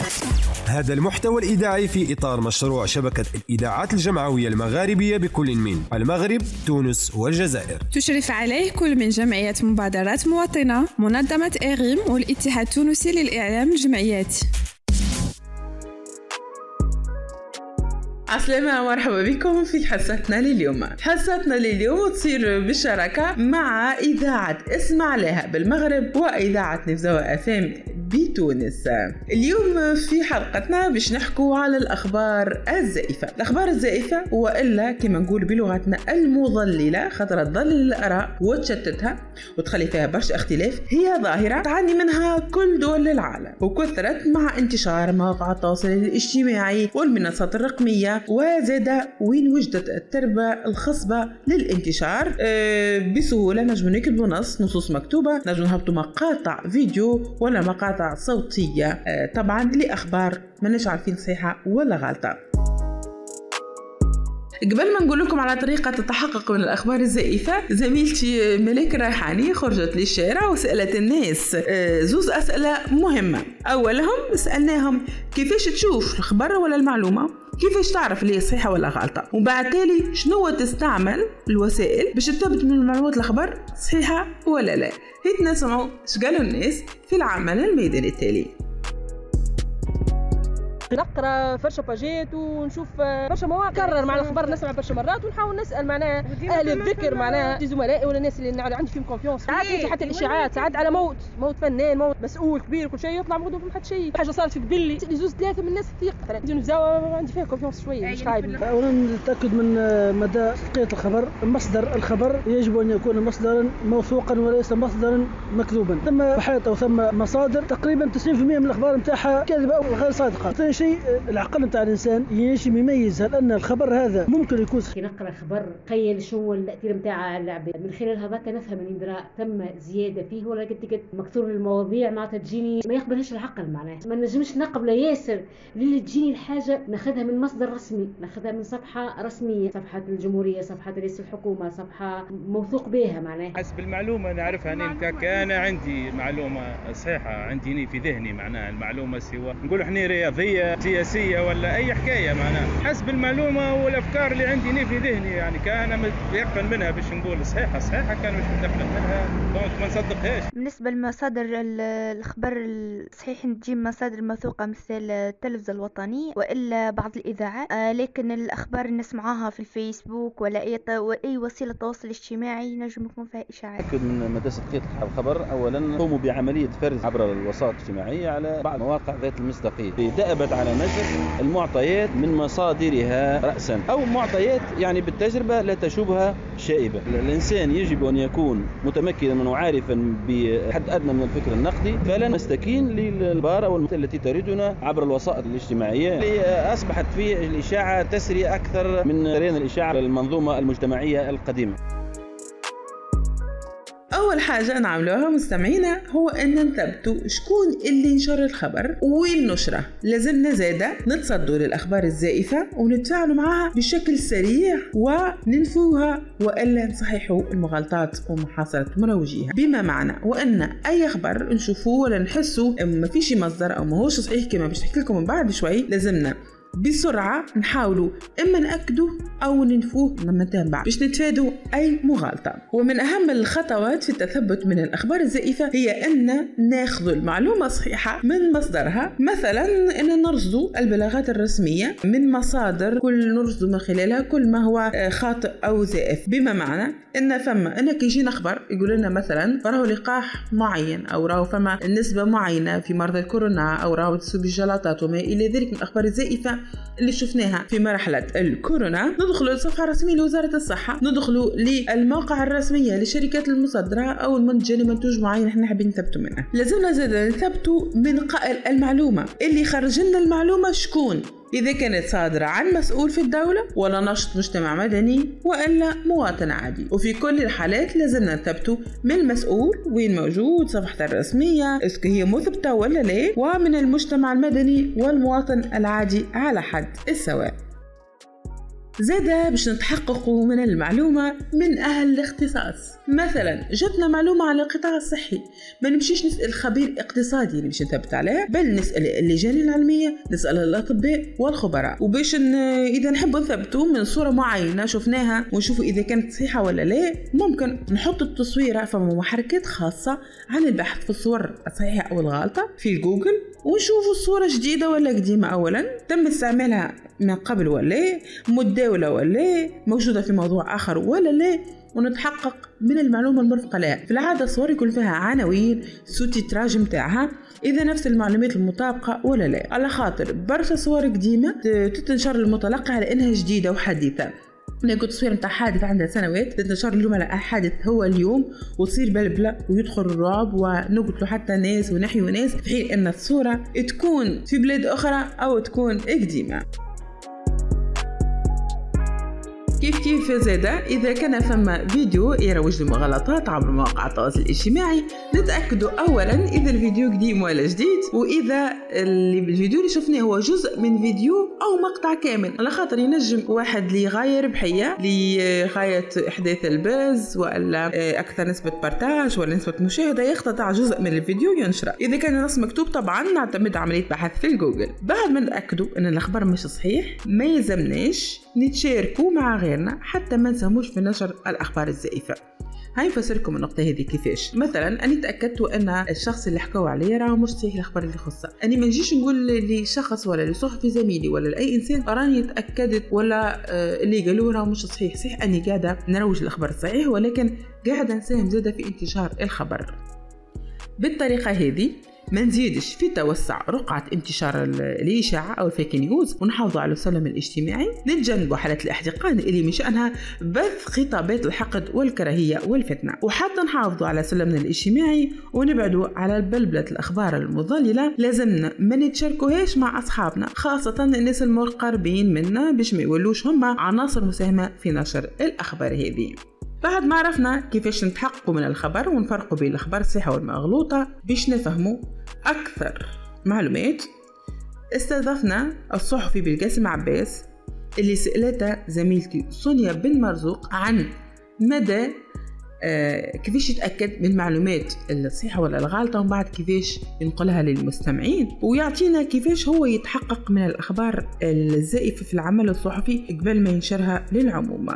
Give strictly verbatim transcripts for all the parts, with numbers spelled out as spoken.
هذا المحتوى الإذاعي في إطار مشروع شبكة الإذاعات الجمعوية المغاربية بكل من المغرب، تونس والجزائر. تشرف عليه كل من جمعية مبادرات مواطنة، منظمة إغيم والاتحاد التونسي للإعلام الجمعياتي. عسلامة، مرحبا بكم في حصتنا لليوم. حصتنا لليوم تصير بالشراكة مع إذاعة اسمع لها بالمغرب وإذاعة نفزوة اف ام بتونس. اليوم في حلقتنا باش نحكوا على الأخبار الزائفة. الأخبار الزائفة وإلا كما نقول بلغتنا المضللة، خاطر تضلل الآراء وتشتتها وتخلي فيها برشا اختلاف، هي ظاهرة تعاني منها كل دول العالم، وكثرت مع انتشار مواقع التواصل الاجتماعي والمنصات الرقمية، وزاد وين وجدت التربة الخصبة للانتشار. أه بسهولة نجم نكتبوا نص نصوص مكتوبة، نجم نهبطوا مقاطع فيديو ولا مقاطع صوتية، أه طبعا لأخبار ما نش عارفين صحيحة ولا غلطة. قبل ما نقول لكم على طريقة التحقق من الأخبار الزائفة، زميلتي ملاك الريحاني خرجت للشارع وسألت الناس زوز أسئلة مهمة. أولهم سألناهم كيفاش تشوف الخبر ولا المعلومة، كيفاش تعرف اللي صحيحة ولا غلطة، وبعد تالي شنو تستعمل الوسائل باش تثبت من المعلومات الخبر صحيحة ولا لا. هيت نسمعوا شقالوا الناس في العمل الميداني التالي. نقرا برشا باجات ونشوف برشا مواقع، نكرر مع الخبر، نسمع برشا مرات ونحاول نسال معناها اهل الذكر، معناها زملائي ولا الناس اللي عندي فيهم كونفيونس. ساعات يجي حتى الاشاعات، ساعات على موت موت فنان، موت مسؤول كبير، كل شيء يطلع موجود، ما حد شيء حاجه صارت في قبلي لي زوز ثلاثه من الناس ثقه مثلا يجوا نزاوى عندي فيها كونفيونس شويه مش خايب. اولا نتاكد من مدى صدقيه الخبر. مصدر الخبر يجب ان يكون مصدرا موثوقا وليس مصدرا مكذوبا. ثم بحث او ثم مصادر تقريبا تسعين بالمئة من الاخبار نتاعها كاذبه او غير صادقه. ثاني شيء العقل نتاع الانسان يجب يميز هل ان الخبر هذا ممكن يكون كي نقرا خبر تخيل شنو التاثير نتاعه على العباد، من خلال هذاك نفهم ان درا ثم زياده فيه ولا قد قد مكثور المواضيع معناتها تجيني ما يقبلهاش العقل. معناها ما نجمش نقبل ياسر اللي تجيني الحاجه ناخذها من مصدر رسمي، ناخذها من صفحه رسميه، صفحه الجمهوريه، صفحه رئيس الحكومه، صفحه موثوق بها. معناها حسب المعلومه نعرفها انا، كان عندي معلومه صحيحه عندي في ذهني، معناها المعلومه سواء نقول احنا رياضيه سياسيه ولا اي حكايه، معناها حسب المعلومه والافكار اللي عندي في ذهني، يعني كان متيقن منها باش نقول صحيحه صحيحه، كان مش متيقن منها دونك ما نصدقهاش. بالنسبه لمصادر الخبر الصحيح تجي مصادر موثوقه مثل التلفزه الوطني والا بعض الاذاعات، آه لكن الاخبار اللي نسمعوها في الفيسبوك ولا اي اي وسيله تواصل اجتماعي نجم يكون فيها اشاعات. تاكد من مدى صدقيه الخبر. اولا قوموا بعمليه فرز عبر الوسائل الاجتماعيه على بعض المواقع ذات المصداقيه، دأبت على نشر المعطيات من مصادرها رأسا أو معطيات يعني بالتجربة لا تشوبها شائبة. الإنسان يجب أن يكون متمكنا وعارفا بحد أدنى من الفكر النقدي، فلا نستكين للأخبار أو التي تريدنا عبر الوسائل الاجتماعية اللي أصبحت في الإشاعة تسري أكثر من رين الإشاعة المنظومة المجتمعية القديمة. أول حاجة نعملوها مستمعينا هو أن نثبتوا شكون اللي نشر الخبر وين نشره. لازمنا زادة نتصدوا للأخبار الزائفة ونتفاعلوا معها بشكل سريع وننفوها وإلا نصححوا المغالطات ومحاصرة مروجيها، بما معنى وأن أي خبر نشوفوه ولا نحسوا ما فيش مصدر أو ما هوش صحيح كما باش نحكي لكم من بعد شوي، لازمنا بسرعة نحاولوا إما نأكدوا أو ننفوه لما تنبع باش نتفادوا أي مغالطة. ومن أهم الخطوات في التثبت من الأخبار الزائفة هي أن ناخذ المعلومة صحيحة من مصدرها، مثلا أن نرصدوا البلاغات الرسمية من مصادر كل نرصد من خلالها كل ما هو خاطئ أو زائف، بما معنى أن فما أنك يجينا خبر يقول لنا مثلا راهو لقاح معين أو راهو فما نسبة معينة في مرضى الكورونا أو راهو تسوب الجلطات وما إلى ذلك من الأخبار الزائفة اللي شفناها في مرحلة الكورونا. ندخلوا للصفحة الرسمية لوزارة الصحة، ندخلوا للموقع الرسمية لشركات المصدرة أو المنتجة لمنتوج معين احنا حابين نثبتوا منه. لازمنا زاد نثبتوا من قائل المعلومة اللي خرج لنا المعلومة شكون، إذا كانت صادرة عن مسؤول في الدولة ولا نشط مجتمع مدني وإلا مواطن عادي. وفي كل الحالات لازمنا نثبتوا من المسؤول وين موجود، صفحته الرسمية اسكو هي مثبتة ولا لا، ومن المجتمع المدني والمواطن العادي على حد السواء. زادا باش نتحققوا من المعلومة من أهل الاختصاص. مثلا جاتنا معلومة على القطاع الصحي، ما نمشيش نسأل خبير اقتصادي اللي باش نثبت عليه، بل نسأل اللجان العلمية، نسأل الأطباء والخبراء. وباش ن... إذا نحب نثبتوا من صورة معينة شفناها ونشوفوا إذا كانت صحيحة ولا لا، ممكن نحط التصويرة فما محركات خاصة عن البحث في الصور الصحيحة أو الغلطة في جوجل، ونشوفوا الصورة جديدة ولا قديمة، أولا تم استعمالها من قبل ولا متداولة ولا موجودة في موضوع آخر ولا لا، ونتحقق من المعلومة المرفقة لها. في العادة الصور يكون فيها عناوين سوتيتراج متاعها إذا نفس المعلومات المطابقة ولا لا، على خاطر برشا صور قديمة تتنشر المتلقي على إنها جديدة وحديثة. ناخد تصوير متاع حادث عندها سنوات تنتشر اليوم على حادث هو اليوم وتصير بلبلة ويدخل الرعب ونقتلوا حتى ناس ونحيوا ناس، في حين أن الصورة تكون في بلاد أخرى أو تكون قديمة. كيف كيف زادا إذا كان فما فيديو يروج لمغالطات عبر مواقع التواصل الاجتماعي، نتأكدوا أولا إذا الفيديو قديم ولا جديد، وإذا الفيديو اللي شفناه هو جزء من فيديو أو مقطع كامل، على خاطر ينجم واحد لي غاية ربحية لغاية إحداث الباز ولا أكثر نسبة بارتاج ولا نسبة مشاهدة يقتطع جزء من الفيديو ينشره. إذا كان النص مكتوب طبعا نعتمد عملية بحث في الجوجل. بعد ما نتأكدوا أن الأخبار مش صحيح ما يلزمناش نتشاركوا مع غيرنا حتى ما نساهموش في نشر الأخبار الزائفة. هاي نفسركم النقطة هذه كيفاش. مثلا أني تأكدت أن الشخص اللي حكوا عليه راه مش صحيح الأخبار اللي خصه، أني ما نجيش نقول لشخص ولا لصحفي زميلي ولا لأي إنسان راني تأكدت ولا اللي قالوه راه مش صحيح. صحيح أني قاعدة نروج الأخبار الصحيح، ولكن قاعدة نساهم زادة في انتشار الخبر. بالطريقة هذه ما نزيدش في توسع رقعة انتشار الإشاعة أو الفيك نيوز، ونحافظوا على السلم الاجتماعي، نتجنبوا حالات الاحتقان اللي من شأنها بث خطابات الحقد والكراهية والفتنة، وحتى نحافظوا على سلمنا الاجتماعي ونبعدوا على بلبلة الأخبار المضللة. لازمنا ما نتشاركوهاش مع أصحابنا، خاصة الناس المقربين منا، باش ما يولوش هم عناصر مساهمة في نشر الأخبار هذه. بعد ما عرفنا كيفاش نتحققوا من الخبر ونفرقوا بين الأخبار الصحيحة والمغلوطة، باش نفهموا أكثر معلومات استضفنا الصحفي بالقاسم عباس اللي سألته زميلتي سونيا بن مرزوق عن مدى آه كيفاش يتأكد من المعلومات الصحيحة ولا الغلطة، ومن بعد كيفاش ينقلها للمستمعين، ويعطينا كيفاش هو يتحقق من الأخبار الزائفة في العمل الصحفي قبل ما ينشرها للعموم.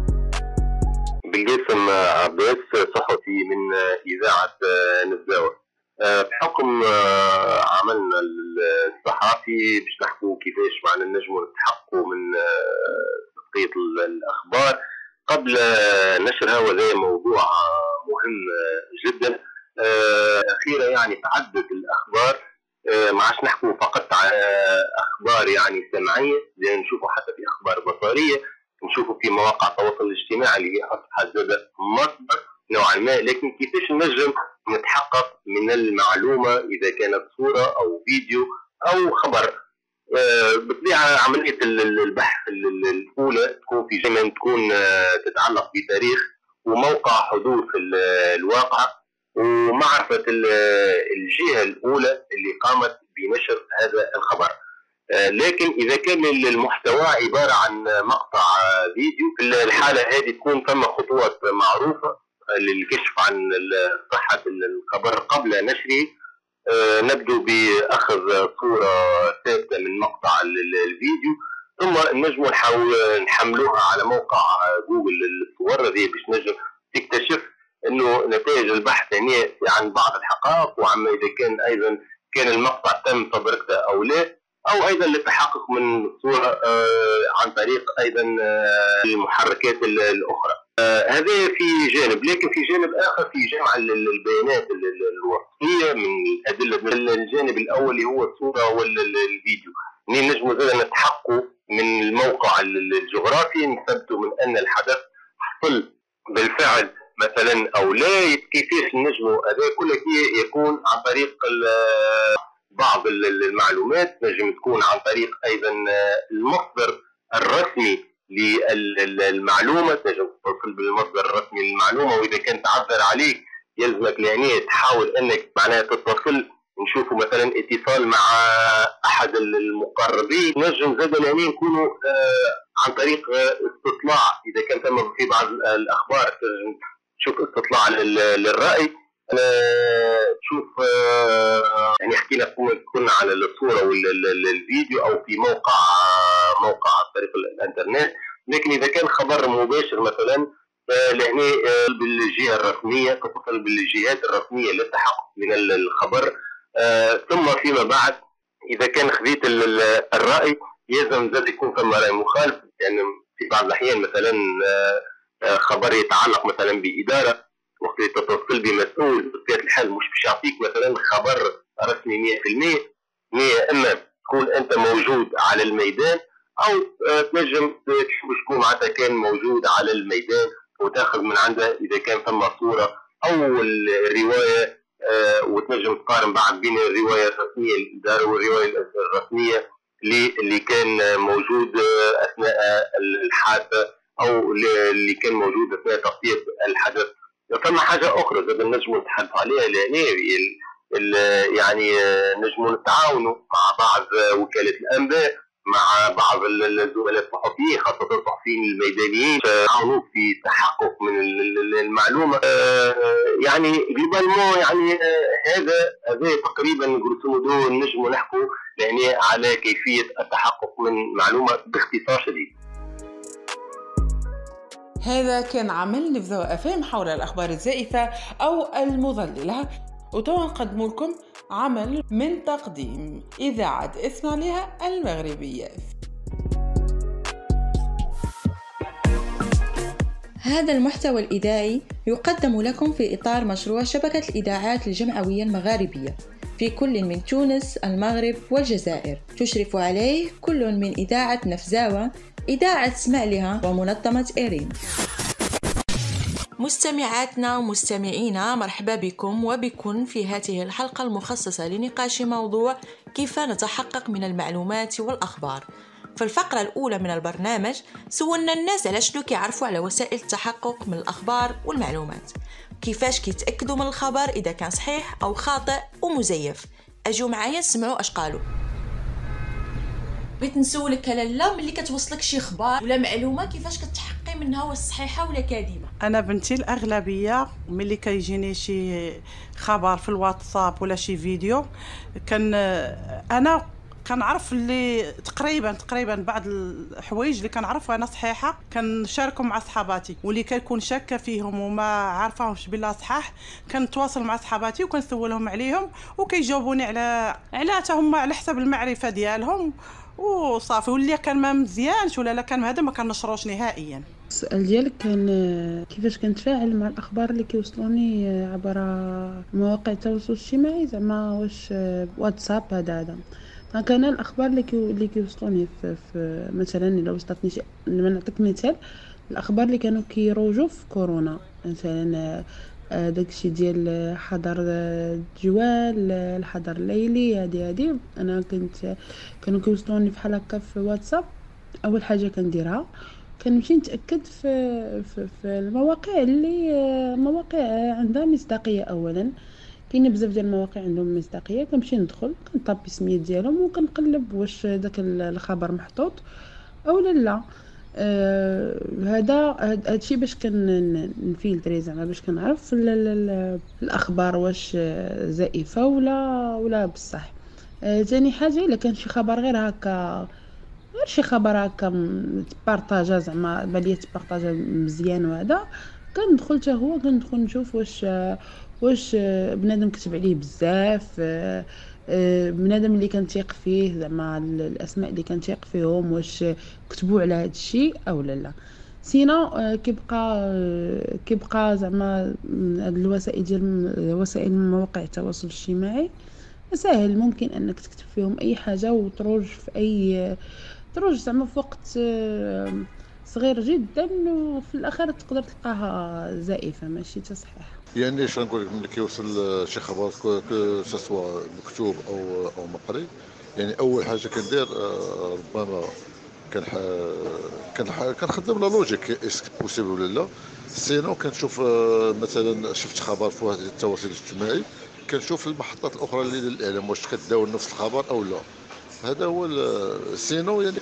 بالقاسم عباس صحفي من إذاعة نزاوة. بحكم عملنا الصحافي باش نحكوا كيفاش معنا نجموا نتحققوا من تدقيق الأخبار قبل نشرها، وهذا موضوع مهم جدا. أخيرا يعني تعدد الأخبار، ما عادش نحكوا فقط على أخبار يعني سمعية، لأن نشوفوا حتى في أخبار بصرية، نشوفوا في مواقع التواصل الاجتماعي اللي هي أصبحت زادة مصدر نوعا ما. لكن كيفاش نجم نتحقق من المعلومة إذا كانت صورة أو فيديو أو خبر؟ أه بطبيعة عملية البحث الأولى تكون في جمع تكون تتعلق بتاريخ وموقع حدوث الواقع ومعرفة الجهة الأولى اللي قامت بنشر هذا الخبر. لكن إذا كان المحتوى عبارة عن مقطع فيديو، في الحالة هذه تكون ثم خطوات معروفة للكشف عن صحة الخبر قبل نشره. نبدأ بأخذ صورة ثابتة من مقطع الفيديو، ثم نجم نحاول نحملوها على موقع جوجل الصور هذه باش نجم تكتشف انه نتائج البحث هنا عن بعض الحقائق، وعما اذا كان ايضا كان المقطع تم تدركته او لا، او ايضا للتحقق من الصورة عن طريق ايضا المحركات الاخرى. هذا في جانب، لكن في جانب اخر في جمع البيانات الوصفية من الادلة. الجانب الاول اللي هو الصورة والفيديو، نجم زاد نتحققوا من الموقع الجغرافي، نثبتوا من ان الحدث حصل بالفعل مثلا او لا. كيفاش نجموا هذا كله يكون عن طريق بعض المعلومات، نجم تكون عن طريق ايضا المصدر الرسمي للمعلومه، تنجم تتصل بالمصدر الرسمي للمعلومه، واذا كان تعذر عليك يلزمك يعني تحاول انك معناها تتصل نشوفوا مثلا اتصال مع احد المقربين، نجم زاد يعني نكونوا عن طريق استطلاع، اذا كان ثم في بعض الاخبار تشوف استطلاع للراي، تشوف يعني حكينا كنا على الصوره والفيديو او في موقع موقع عن طريق الانترنت. لكن اذا كان خبر مباشر مثلا لهنا بالجهه الرسميه، تتصل بالجهات الرسميه للتحقق من الخبر، ثم فيما بعد اذا كان خذيت الراي يلزم زاد يكون ثم راي مخالف. يعني في بعض الاحيان مثلا خبر يتعلق مثلا باداره، وقت تتصل بمسؤول بطبيعه الحال مش باش يعطيك مثلا خبر رسمي مئة بالمئة، يا اما تكون انت موجود على الميدان او تنجم تشوف شكون معناتها كان موجود على الميدان وتاخذ من عنده اذا كان ثم صوره او الروايه، وتنجم تقارن بعد بين الروايه الرسميه للاداره والروايه الرسميه اللي كان موجود اثناء الحادثه او اللي كان موجود اثناء تغطيه الحدث. ثم حاجه اخرى زاد نجموا نتحدثوا عليها لهنا، يعني نجموا نتعاونوا مع بعض وكاله الانباء، مع بعض الزملاء الصحفيين خاصه الصحفيين الميدانيين، يعاونوا في التحقق من المعلومه. يعني جلوبالمون يعني هذا هذا تقريبا نقولوا نجموا نحكوا يعني على كيفيه التحقق من معلومه باختصار شديد. هذا كان عمل نبذة أفهم حول الأخبار الزائفة أو المضللة، وتوا نقدم لكم عمل من تقديم إذاعة إسماعيلية المغربية. هذا المحتوى الإذاعي يقدم لكم في إطار مشروع شبكة الإذاعات الجمعوية المغاربية في كل من تونس، المغرب والجزائر، تشرف عليه كل من إذاعة نفزاوة، إذاعة إسماعيلية ومنظمة إيريم. مستمعاتنا ومستمعينا، مرحبا بكم وبكم في هذه الحلقة المخصصة لنقاش موضوع كيف نتحقق من المعلومات والأخبار. في الفقرة الأولى من البرنامج سولنا الناس على شنو كيعرفوا على وسائل التحقق من الأخبار والمعلومات، كيفاش كيتأكدوا من الخبر إذا كان صحيح أو خاطئ ومزيف. أجوا معايا نسمعوا أش قالوا. بغيت نسولك لاله، ملي كتوصلك شي خبر ولا معلومه كيفاش كتحققي منها واش صحيحه ولا كاذبه؟ انا بنتي الاغلبيه ملي كيجيني شي خبر في الواتساب ولا شي فيديو كان انا كنعرف اللي تقريبا تقريبا بعض الحوايج اللي كنعرفها انا صحيحه كنشاركهم مع صحاباتي، واللي كنكون شاكه فيهم وما عارفاهمش بالله صحاح كنتواصل مع صحاباتي وكنسولهم عليهم وكيجاوبوني على على حتى هما على حسب المعرفه ديالهم وصافي. واللي كان ما مزيانش ولا لا كان هذا ما كنشروش نهائيا. السؤال ديالك كان كيفاش كنتفاعل مع الاخبار اللي كيوصلوني عبر مواقع التواصل الاجتماعي، زعما واش واتساب هذا هذا دونك انا الاخبار اللي كي اللي كيوصلوني في, في مثلا الا وصلتني شي، نعطيك مثال الاخبار اللي كانوا كيروجوا في كورونا، مثلا داكشي ديال حظر الجوال، الحظر الليلي، هذه هذه انا كنت كانوا كيوصلوني بحال هكا في واتساب. اول حاجه كنديرها كنمشي نتاكد في في, في المواقع اللي مواقع عندها مصداقيه. اولا كاين بزاف ديال المواقع عندهم مصداقيه، كنمشي ندخل كنطابي السميات ديالهم وكنقلب واش داك الخبر محطوط او لا. آه هذا هادشي باش كنفلتري زعما باش كنعرف الاخبار واش زائفه ولا ولا بصح. آه ثاني حاجه الا كان شي خبر غير هكا غير شي خبر هكا تبارطاجا زعما باليه تبارطاجا مزيان وهذا كندخل حتى هو كندخل نشوف واش واش بنادم كتب عليه بزاف، آه بنادم اللي كنثيق فيه زعما الاسماء اللي كنثيق فيهم واش كتبوا على هذا الشيء او لا لا. سينا كيبقى كيبقى زعما هاد الوسائل ديال وسائل مواقع التواصل الاجتماعي سهل، ممكن انك تكتب فيهم اي حاجه وتروج في اي تروج زعما في وقت صغير جدا وفي الاخر تقدر تلقاها زائفه ماشي تصحيح. يعني اش نقول لك ملي كيوصل شي خبر سواء مكتوب او او مقري، يعني اول حاجه كندير ربما كان كان كنخدم لا لوجيك اسك بوسيبل ولا لا. سينو كنشوف مثلا شفت خبر في واحد التواصل الاجتماعي كنشوف المحطات الاخرى اللي للاعلام واش كتداول نفس الخبر او لا. هذا هو السينو، يعني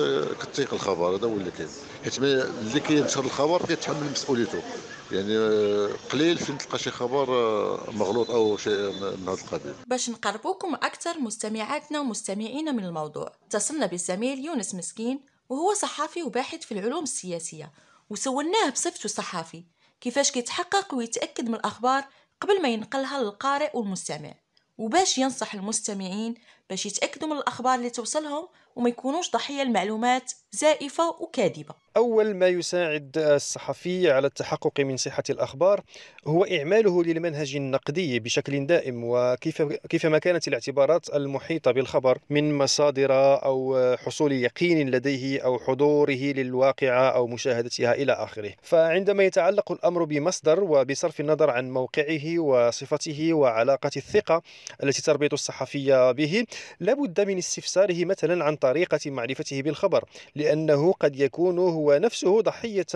كتثيق الخبر، هذا هو اللي كاين. حيت اللي كينشر الخبر كيتحمل مسؤوليته، يعني قليل فين تلقى شي خبر مغلوط او شيء من هذا القبيل. باش نقربوكم اكثر مستمعاتنا ومستمعينا من الموضوع، اتصلنا بالزميل يونس مسكين وهو صحفي وباحث في العلوم السياسيه، وسولناه بصفته صحفي كيفاش كيتحقق ويتاكد من الاخبار قبل ما ينقلها للقارئ والمستمع، وباش ينصح المستمعين باش يتأكدوا من الأخبار اللي توصلهم وما يكونوش ضحية المعلومات زائفة وكاذبة. أول ما يساعد الصحفي على التحقق من صحة الأخبار هو إعماله للمنهج النقدي بشكل دائم، وكيف كيفما كانت الاعتبارات المحيطة بالخبر من مصادر أو حصول يقين لديه أو حضوره للواقعة أو مشاهدتها إلى آخره. فعندما يتعلق الأمر بمصدر وبصرف النظر عن موقعه وصفته وعلاقة الثقة التي تربط الصحفي به، لابد من استفساره مثلا عن طريقة معرفته بالخبر، لأنه قد يكون هو نفسه ضحية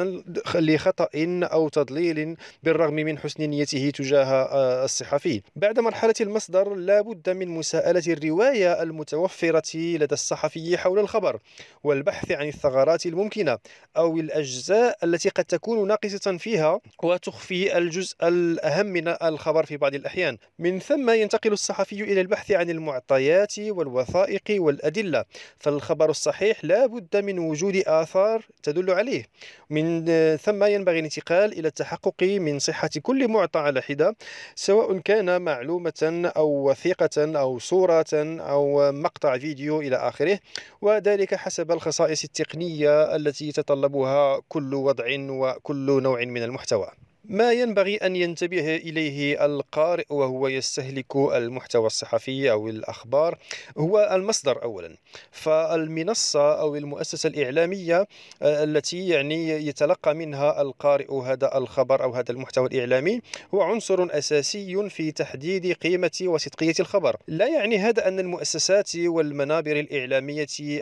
لخطأ أو تضليل بالرغم من حسن نيته تجاه الصحفي. بعد مرحلة المصدر لابد من مساءلة الرواية المتوفرة لدى الصحفي حول الخبر، والبحث عن الثغرات الممكنة أو الأجزاء التي قد تكون ناقصة فيها وتخفي الجزء الأهم من الخبر في بعض الأحيان. من ثم ينتقل الصحفي إلى البحث عن المعطيات والوثائق والأدلة، فالخبر الصحيح لا بد من وجود آثار تدل عليه. من ثم ينبغي الانتقال إلى التحقق من صحة كل معطى على حدة، سواء كان معلومة أو وثيقة أو صورة أو مقطع فيديو إلى آخره، وذلك حسب الخصائص التقنية التي يتطلبها كل وضع وكل نوع من المحتوى. ما ينبغي أن ينتبه إليه القارئ وهو يستهلك المحتوى الصحفي أو الأخبار هو المصدر أولا. فالمنصة أو المؤسسة الإعلامية التي يعني يتلقى منها القارئ هذا الخبر أو هذا المحتوى الإعلامي هو عنصر أساسي في تحديد قيمة وصدقية الخبر. لا يعني هذا أن المؤسسات والمنابر الإعلامية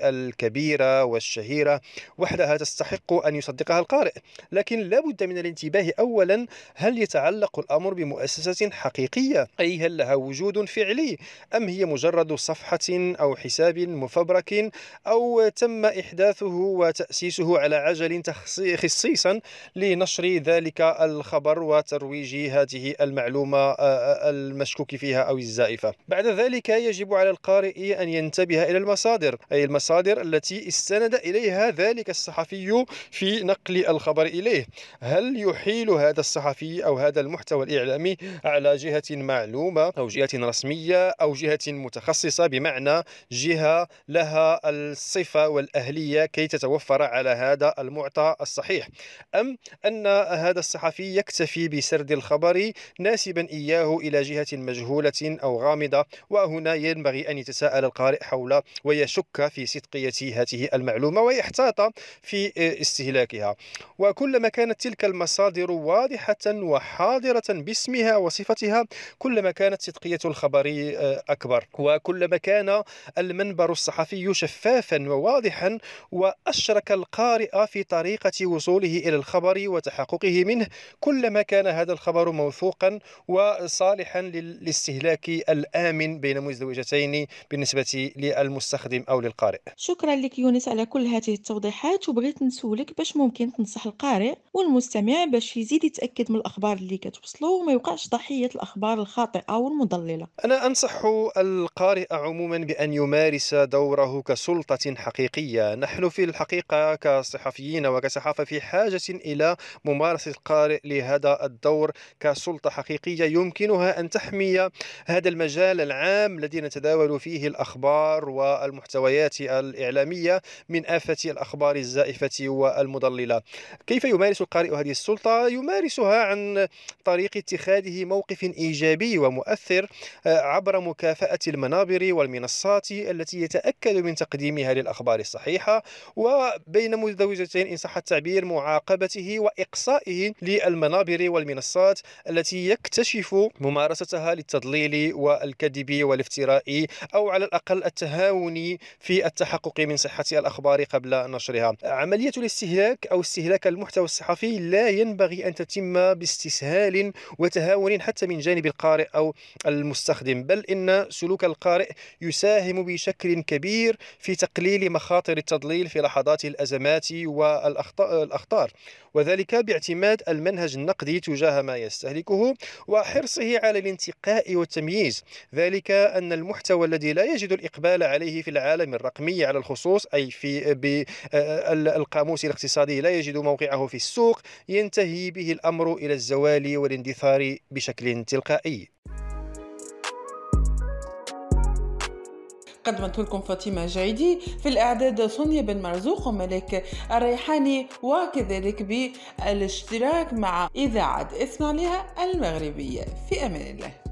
الكبيرة والشهيرة وحدها تستحق أن يصدقها القارئ، لكن لا بد من الانتباه أولا، هل يتعلق الأمر بمؤسسة حقيقية، أي هل لها وجود فعلي، أم هي مجرد صفحة أو حساب مفبرك أو تم إحداثه وتأسيسه على عجل خصيصا لنشر ذلك الخبر وترويج هذه المعلومة المشكوك فيها أو الزائفة. بعد ذلك يجب على القارئ أن ينتبه إلى المصادر، أي المصادر التي استند إليها ذلك الصحفي في نقل الخبر إليه. هل يحيل هذا الصحفي أو هذا المحتوى الإعلامي على جهة معلومة أو جهة رسمية أو جهة متخصصة، بمعنى جهة لها الصفة والأهلية كي تتوفر على هذا المعطى الصحيح، أم أن هذا الصحفي يكتفي بسرد الخبر ناسبا إياه إلى جهة مجهولة أو غامضة؟ وهنا ينبغي أن يتساءل القارئ حول ويشك في صدقية هذه المعلومة ويحتاط في استهلاكها. وكلما كانت تلك المصادر واضحة وحاضرة باسمها وصفتها كلما كانت صدقية الخبر أكبر، وكلما كان المنبر الصحفي شفافا وواضحا وأشرك القارئ في طريقة وصوله إلى الخبر وتحققه منه كلما كان هذا الخبر موثوقا وصالحا للاستهلاك الآمن بين مزدوجتين بالنسبة للمستخدم أو للقارئ. شكرا لك يونس على كل هذه التوضيحات، وبغيت نسولك باش ممكن تنصح القارئ والمستمع باش يزيد يتأكد من الأخبار اللي كتوصله وما يوقعش ضحية الأخبار الخاطئة والمضللة. أنا أنصح القارئ عموما بأن يمارس دوره كسلطة حقيقية. نحن في الحقيقة كصحفيين وكصحافة في حاجة إلى ممارسة القارئ لهذا الدور كسلطة حقيقية يمكنها أن تحمي هذا المجال العام الذي نتداول فيه الأخبار والمحتويات الإعلامية من آفة الأخبار الزائفة والمضللة. كيف يمارس القارئ هذه السلطة؟ يمارسها عن طريق اتخاذه موقف إيجابي ومؤثر عبر مكافأة المنابر والمنصات التي يتأكد من تقديمها للأخبار الصحيحة، وبين مزدوجتين إن صح التعبير معاقبته وإقصائه للمنابر والمنصات التي يكتشف ممارستها للتضليل والكذب والافتراء أو على الأقل التهاون في التحقق من صحة الأخبار قبل نشرها. عملية الاستهلاك أو استهلاك المحتوى الصحفي لا ينبغي أن تتم تتم باستسهال وتهاون حتى من جانب القارئ أو المستخدم، بل إن سلوك القارئ يساهم بشكل كبير في تقليل مخاطر التضليل في لحظات الأزمات والأخطار، وذلك باعتماد المنهج النقدي تجاه ما يستهلكه وحرصه على الانتقاء والتمييز. ذلك أن المحتوى الذي لا يجد الإقبال عليه في العالم الرقمي على الخصوص، أي في بالقاموس الاقتصادي لا يجد موقعه في السوق، ينتهي به الأمر إلى الزوال والاندثار بشكل تلقائي. قدمت لكم فاطمة جعيدي، في الإعداد سونيا بن مرزوق وملك الريحاني، وكذلك بالاشتراك مع إذاعة اسمع لها المغربية. في أمان الله.